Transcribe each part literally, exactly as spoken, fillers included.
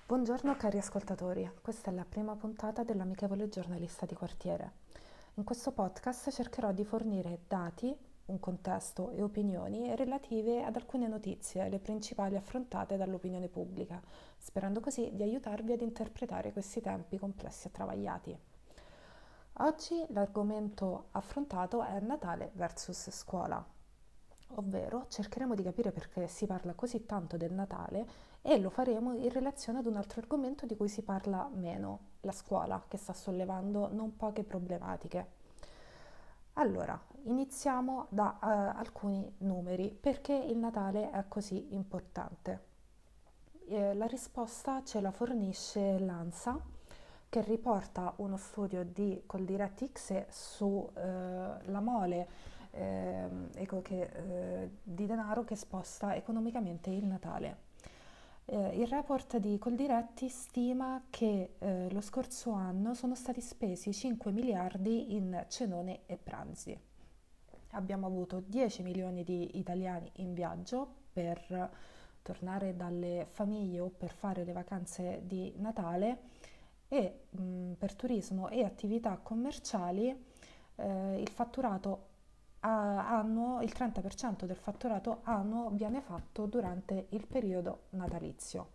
Buongiorno cari ascoltatori, questa è la prima puntata dell'Amichevole Giornalista di Quartiere. In questo podcast cercherò di fornire dati, un contesto e opinioni relative ad alcune notizie, le principali affrontate dall'opinione pubblica, sperando così di aiutarvi ad interpretare questi tempi complessi e travagliati. Oggi l'argomento affrontato è Natale versus scuola, ovvero cercheremo di capire perché si parla così tanto del Natale e lo faremo in relazione ad un altro argomento di cui si parla meno, la scuola, che sta sollevando non poche problematiche. Allora, iniziamo da eh, alcuni numeri. Perché il Natale è così importante? Eh, la risposta ce la fornisce l'ANSA, che riporta uno studio di Coldiretti-X sulla eh, mole eh, ecco che, eh, di denaro che sposta economicamente il Natale. Eh, il report di Coldiretti stima che eh, lo scorso anno sono stati spesi cinque miliardi in cenone e pranzi. Abbiamo avuto dieci milioni di italiani in viaggio per tornare dalle famiglie o per fare le vacanze di Natale e mh, per turismo e attività commerciali eh, il fatturato annuo, il trenta per cento del fatturato annuo viene fatto durante il periodo natalizio.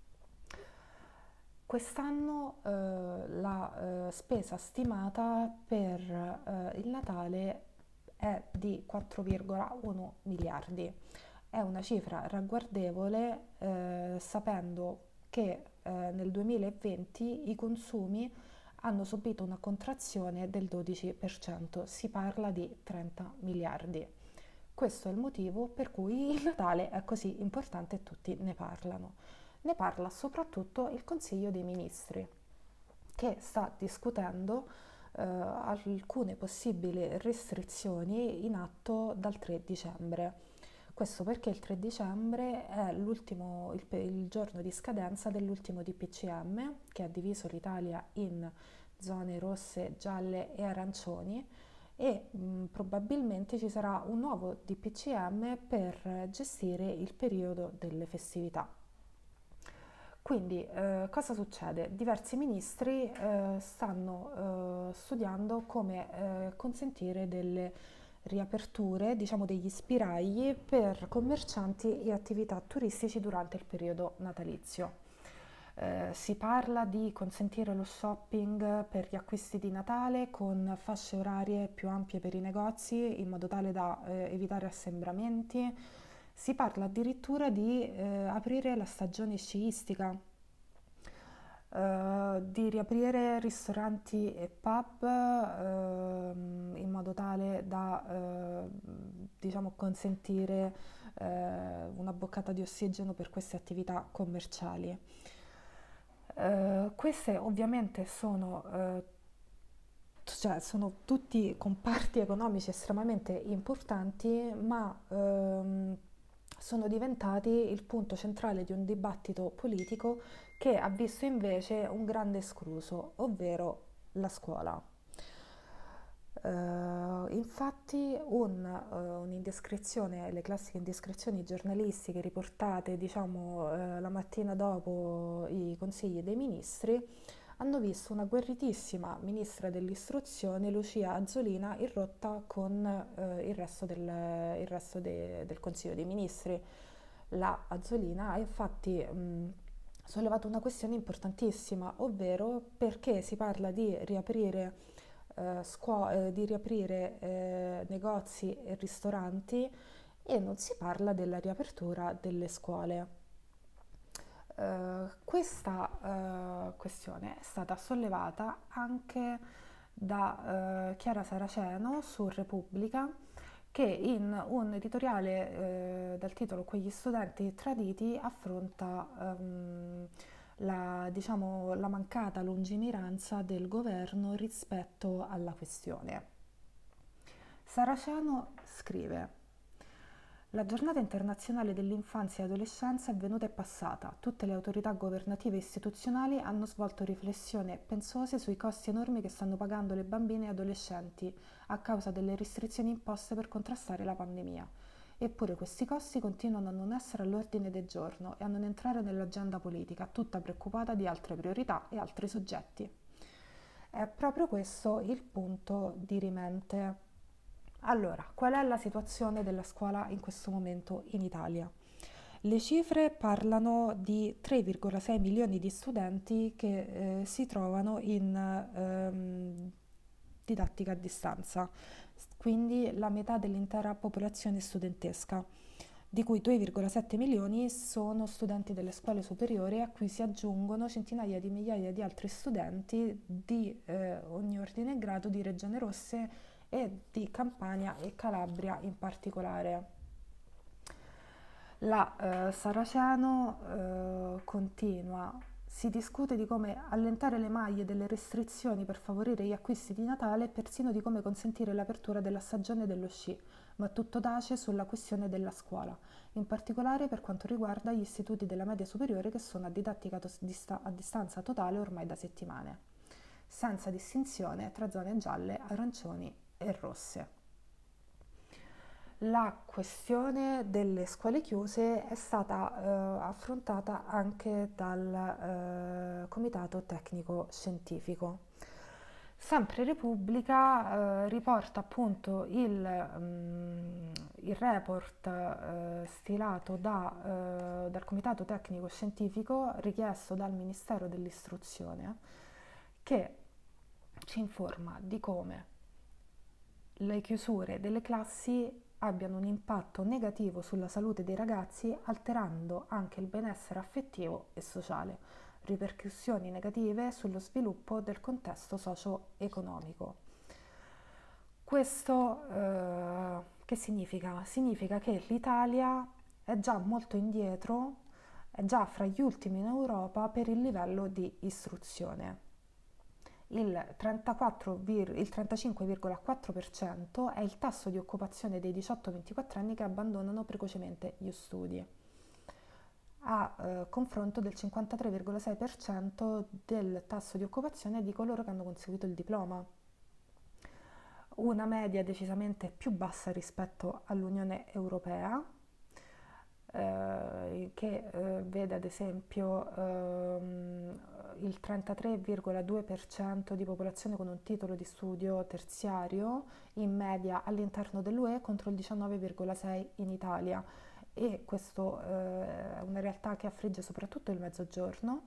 Quest'anno eh, la eh, spesa stimata per eh, il Natale è di quattro virgola uno miliardi. È una cifra ragguardevole eh, sapendo che eh, nel duemilaventi i consumi hanno subito una contrazione del dodici per cento, si parla di trenta miliardi. Questo è il motivo per cui il Natale è così importante e tutti ne parlano. Ne parla soprattutto il Consiglio dei Ministri, che sta discutendo eh, alcune possibili restrizioni in atto dal tre dicembre. Questo perché il tre dicembre è l'ultimo, il, il giorno di scadenza dell'ultimo D P C M, che ha diviso l'Italia in zone rosse, gialle e arancioni, e mh, probabilmente ci sarà un nuovo D P C M per gestire il periodo delle festività. Quindi eh, cosa succede? Diversi ministri eh, stanno eh, studiando come eh, consentire delle riaperture, diciamo degli spiragli per commercianti e attività turistici durante il periodo natalizio. Eh, si parla di consentire lo shopping per gli acquisti di Natale con fasce orarie più ampie per i negozi in modo tale da eh, evitare assembramenti. Si parla addirittura di eh, aprire la stagione sciistica, eh, di riaprire ristoranti e pub ehm, in modo tale da eh, diciamo consentire eh, una boccata di ossigeno per queste attività commerciali. Eh, queste ovviamente sono, eh, cioè, sono tutti comparti economici estremamente importanti, ma ehm, sono diventati il punto centrale di un dibattito politico che ha visto invece un grande escluso, ovvero la scuola. Uh, infatti un, uh, un'indiscrezione, le classiche indiscrezioni giornalistiche riportate diciamo uh, la mattina dopo i consigli dei ministri hanno visto una guerritissima ministra dell'istruzione Lucia Azzolina in rotta con uh, il resto, del, il resto de, del consiglio dei ministri. La Azzolina ha infatti mh, sollevato una questione importantissima, ovvero perché si parla di riaprire eh, scuo- eh, di riaprire eh, negozi e ristoranti e non si parla della riapertura delle scuole. Eh, questa eh, questione è stata sollevata anche da eh, Chiara Saraceno su Repubblica, che in un editoriale eh, dal titolo Quegli studenti traditi affronta ehm, la, diciamo, la mancata lungimiranza del governo rispetto alla questione. Saraceno scrive: la giornata internazionale dell'infanzia e adolescenza è venuta e passata. Tutte le autorità governative e istituzionali hanno svolto riflessioni pensose sui costi enormi che stanno pagando le bambine e adolescenti a causa delle restrizioni imposte per contrastare la pandemia. Eppure questi costi continuano a non essere all'ordine del giorno e a non entrare nell'agenda politica, tutta preoccupata di altre priorità e altri soggetti. È proprio questo il punto dirimente. Allora, qual è la situazione della scuola in questo momento in Italia? Le cifre parlano di tre virgola sei milioni di studenti che eh, si trovano in ehm, didattica a distanza, quindi la metà dell'intera popolazione studentesca, di cui due virgola sette milioni sono studenti delle scuole superiori, a cui si aggiungono centinaia di migliaia di altri studenti di eh, ogni ordine e grado di Regione Rosse e di Campania e Calabria in particolare. La eh, Saraceno eh, continua. Si discute di come allentare le maglie delle restrizioni per favorire gli acquisti di Natale e persino di come consentire l'apertura della stagione dello sci, ma tutto tace sulla questione della scuola, in particolare per quanto riguarda gli istituti della media superiore che sono a didattica a distanza totale ormai da settimane, senza distinzione tra zone gialle, arancioni e rosse. La questione delle scuole chiuse è stata eh, affrontata anche dal eh, Comitato Tecnico Scientifico. Sempre Repubblica eh, riporta appunto il, mm, il report eh, stilato da, eh, dal Comitato Tecnico Scientifico richiesto dal Ministero dell'Istruzione, che ci informa di come le chiusure delle classi abbiano un impatto negativo sulla salute dei ragazzi, alterando anche il benessere affettivo e sociale, ripercussioni negative sullo sviluppo del contesto socio-economico. Questo eh, che significa? Significa che l'Italia è già molto indietro, è già fra gli ultimi in Europa per il livello di istruzione. Il, trentaquattro, il trentacinque virgola quattro per cento è il tasso di occupazione dei diciotto ventiquattro anni che abbandonano precocemente gli studi, a eh, confronto del cinquantatré virgola sei per cento del tasso di occupazione di coloro che hanno conseguito il diploma. Una media decisamente più bassa rispetto all'Unione Europea, eh, che eh, vede ad esempio ehm, il trentatré virgola due per cento di popolazione con un titolo di studio terziario in media all'interno dell'U E contro il diciannove virgola sei per cento in Italia, e questo eh, è una realtà che affligge soprattutto il Mezzogiorno,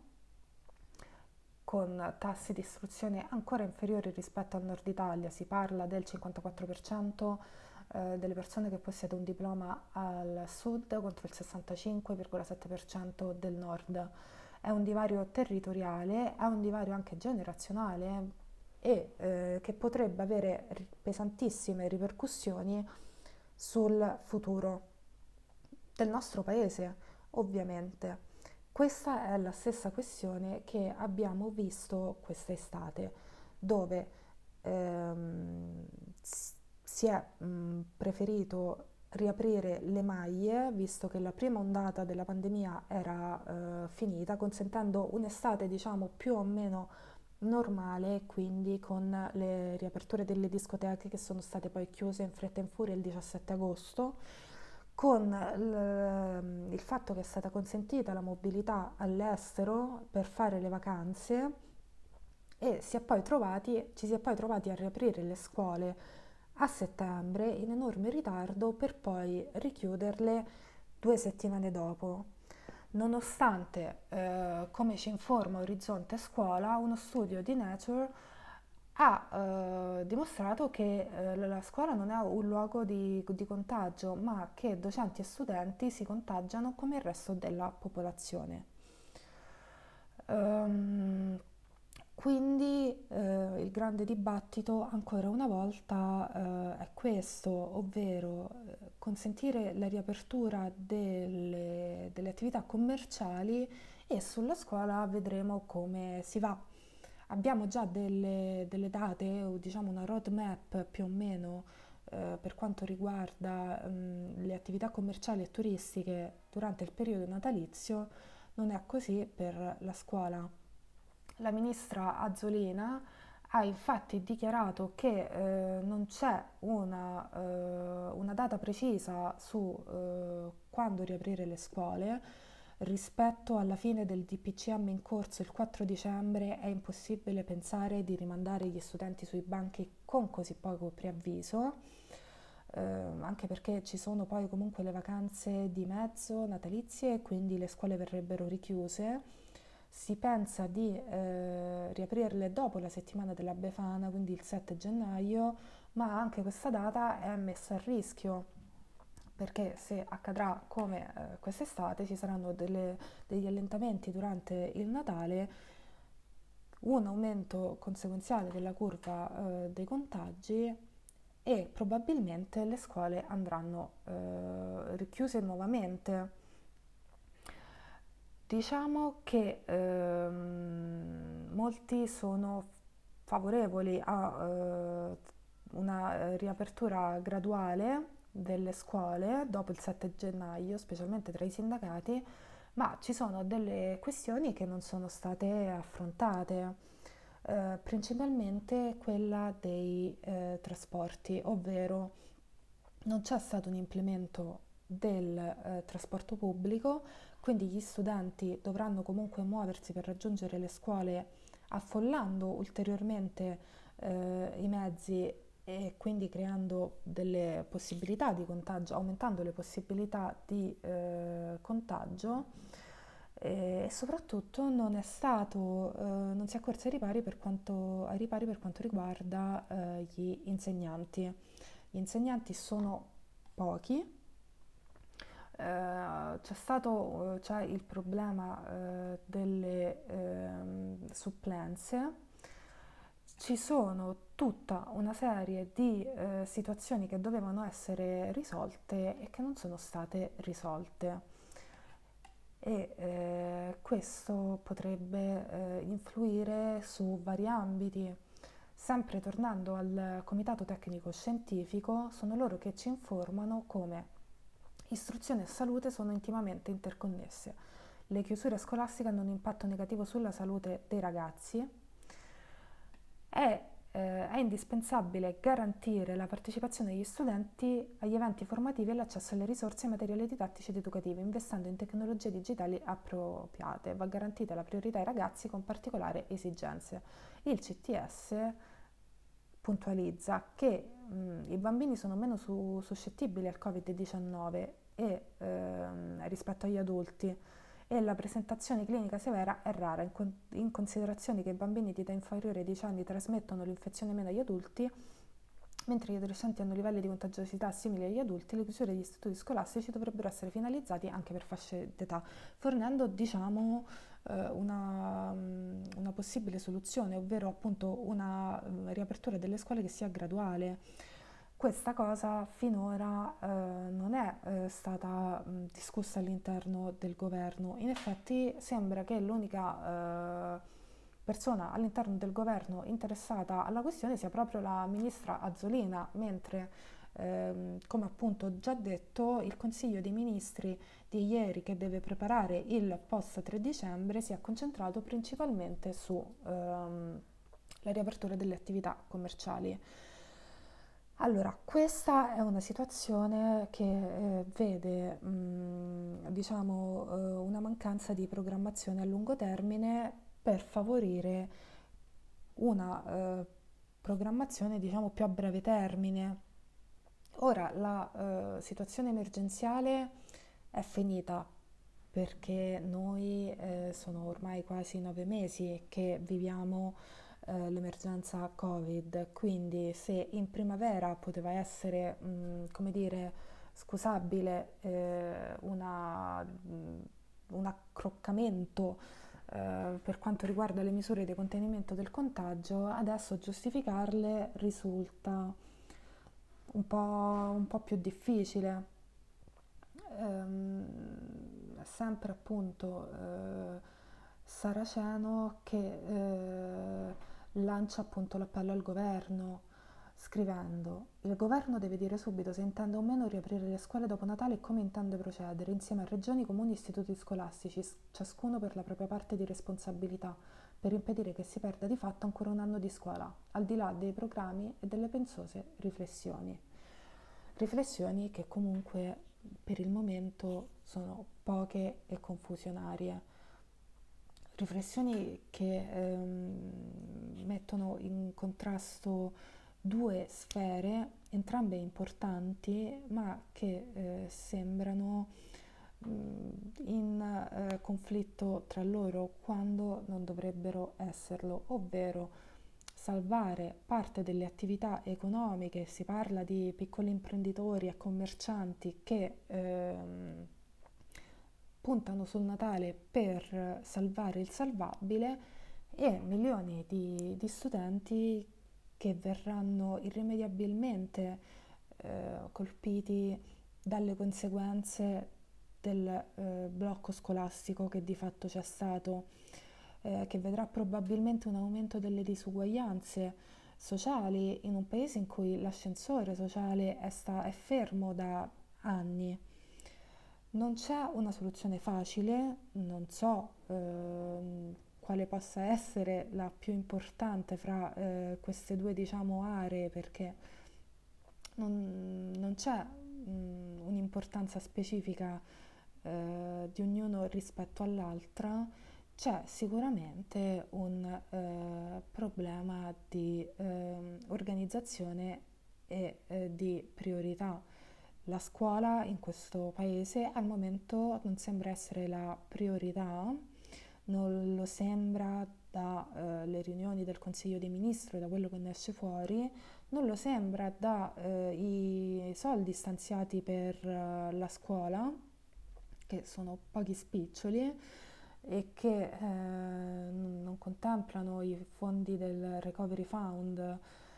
con tassi di istruzione ancora inferiori rispetto al Nord Italia. Si parla del cinquantaquattro per cento eh, delle persone che possiede un diploma al sud contro il sessantacinque virgola sette per cento del nord. È un divario territoriale, è un divario anche generazionale e eh, che potrebbe avere pesantissime ripercussioni sul futuro del nostro paese, ovviamente. Questa è la stessa questione che abbiamo visto quest'estate, dove ehm, si è mh, preferito riaprire le maglie, visto che la prima ondata della pandemia era eh, finita, consentendo un'estate diciamo più o meno normale, quindi con le riaperture delle discoteche che sono state poi chiuse in fretta e in furia il diciassette agosto, con il, il fatto che è stata consentita la mobilità all'estero per fare le vacanze, e si è poi trovati, ci si è poi trovati a riaprire le scuole a settembre in enorme ritardo per poi richiuderle due settimane dopo. Nonostante, eh, come ci informa Orizzonte Scuola, uno studio di Nature ha eh, dimostrato che eh, la scuola non è un luogo di, di contagio, ma che docenti e studenti si contagiano come il resto della popolazione. Um, quindi eh, il grande dibattito ancora una volta eh, è questo, ovvero eh, consentire la riapertura delle, delle attività commerciali, e sulla scuola vedremo come si va. Abbiamo già delle, delle date, o diciamo una roadmap più o meno eh, per quanto riguarda mh, le attività commerciali e turistiche durante il periodo natalizio. Non è così per la scuola. La ministra Azzolina ha infatti dichiarato che eh, non c'è una, eh, una data precisa su eh, quando riaprire le scuole. Rispetto alla fine del D P C M in corso il quattro dicembre è impossibile pensare di rimandare gli studenti sui banchi con così poco preavviso, eh, anche perché ci sono poi comunque le vacanze di mezzo natalizie e quindi le scuole verrebbero richiuse. Si pensa di eh, riaprirle dopo la settimana della Befana, quindi il sette gennaio, ma anche questa data è messa a rischio perché se accadrà come eh, quest'estate ci saranno delle- degli allentamenti durante il Natale, un aumento conseguenziale della curva eh, dei contagi e probabilmente le scuole andranno eh, richiuse nuovamente. Diciamo che ehm, molti sono favorevoli a eh, una eh, riapertura graduale delle scuole dopo il sette gennaio, specialmente tra i sindacati, ma ci sono delle questioni che non sono state affrontate, eh, principalmente quella dei eh, trasporti, ovvero non c'è stato un implemento del eh, trasporto pubblico, quindi gli studenti dovranno comunque muoversi per raggiungere le scuole affollando ulteriormente eh, i mezzi e quindi creando delle possibilità di contagio, aumentando le possibilità di eh, contagio e soprattutto non è stato, eh, non si è corso ai ripari per quanto, ai ripari per quanto riguarda eh, gli insegnanti. Gli insegnanti sono pochi, eh, c'è stato, eh, c'è il problema eh, delle ehm, supplenze, ci sono tutta una serie di eh, situazioni che dovevano essere risolte e che non sono state risolte e eh, questo potrebbe eh, influire su vari ambiti. Sempre tornando al Comitato Tecnico Scientifico, sono loro che ci informano come istruzione e salute sono intimamente interconnesse. Le chiusure scolastiche hanno un impatto negativo sulla salute dei ragazzi. È, eh, è indispensabile garantire la partecipazione degli studenti agli eventi formativi e l'accesso alle risorse e ai materiali didattici ed educativi, investendo in tecnologie digitali appropriate. Va garantita la priorità ai ragazzi con particolari esigenze. Il C T S puntualizza che mh, i bambini sono meno su- suscettibili al covid diciannove e, ehm, rispetto agli adulti e la presentazione clinica severa è rara in, con- in considerazione che i bambini di età inferiore ai dieci anni trasmettono l'infezione meno agli adulti, mentre gli adolescenti hanno livelli di contagiosità simili agli adulti. Le chiusure degli istituti scolastici dovrebbero essere finalizzati anche per fasce d'età, fornendo diciamo eh, una, mm, una possibile soluzione, ovvero appunto una mm, riapertura delle scuole che sia graduale. Questa cosa finora eh, non è eh, stata mh, discussa all'interno del governo. In effetti sembra che l'unica eh, persona all'interno del governo interessata alla questione sia proprio la ministra Azzolina, mentre ehm, come appunto già detto il Consiglio dei Ministri di ieri, che deve preparare il post tre dicembre, si è concentrato principalmente su ehm, la riapertura delle attività commerciali. Allora, questa è una situazione che eh, vede, mh, diciamo, eh, una mancanza di programmazione a lungo termine per favorire una eh, programmazione, diciamo, più a breve termine. Ora, la eh, situazione emergenziale è finita perché noi eh, sono ormai quasi nove mesi che viviamo eh, l'emergenza Covid, quindi se in primavera poteva essere, mh, come dire, scusabile eh, una, mh, un accroccamento eh, per quanto riguarda le misure di contenimento del contagio, adesso giustificarle risulta un po', un po' più difficile. Ehm, è sempre appunto eh, Saraceno che eh, lancia appunto l'appello al governo scrivendo: il governo deve dire subito se intende o meno riaprire le scuole dopo Natale e come intende procedere, insieme a regioni, comuni e istituti scolastici, ciascuno per la propria parte di responsabilità. per impedire che si perda di fatto ancora un anno di scuola, al di là dei proclami e delle pensose riflessioni. Riflessioni che comunque per il momento sono poche e confusionarie. Riflessioni che ehm, mettono in contrasto due sfere, entrambe importanti, ma che eh, sembrano mh, in eh, conflitto tra loro quando non dovrebbero esserlo, ovvero salvare parte delle attività economiche. Si parla di piccoli imprenditori e commercianti che ehm, puntano sul Natale per salvare il salvabile, e milioni di, di studenti che verranno irrimediabilmente eh, colpiti dalle conseguenze del eh, blocco scolastico che di fatto c'è stato, eh, che vedrà probabilmente un aumento delle disuguaglianze sociali in un paese in cui l'ascensore sociale è, sta, è fermo da anni. Non c'è una soluzione facile, non so ehm, quale possa essere la più importante fra eh, queste due, diciamo, aree, perché non, non c'è mm, un'importanza specifica eh, di ognuno rispetto all'altra. C'è sicuramente un eh, problema di ehm, organizzazione e eh, di priorità. La scuola in questo paese al momento non sembra essere la priorità, non lo sembra dalle riunioni del Consiglio dei Ministri, da quello che ne esce fuori, non lo sembra dai eh, soldi stanziati per eh, la scuola, che sono pochi spiccioli e che eh, non contemplano i fondi del Recovery Fund,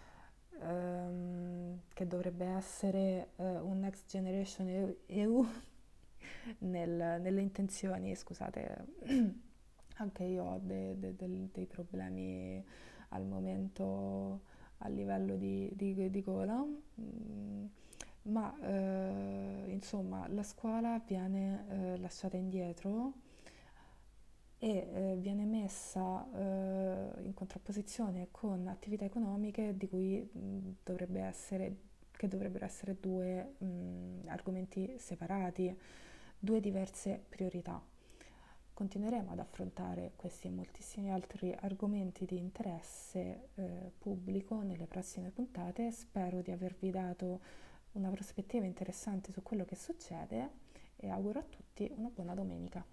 ehm, che dovrebbe essere eh, un Next Generation E U nel- nelle intenzioni. Scusate, anche io ho de- de- del- dei problemi al momento a livello di, di- di gola. Mm, ma eh, insomma la scuola viene eh, lasciata indietro e eh, viene messa eh, in contrapposizione con attività economiche di cui mh, dovrebbe essere, che dovrebbero essere due mh, argomenti separati, due diverse priorità. Continueremo ad affrontare questi e moltissimi altri argomenti di interesse eh, pubblico nelle prossime puntate. Spero di avervi dato una prospettiva interessante su quello che succede e auguro a tutti una buona domenica.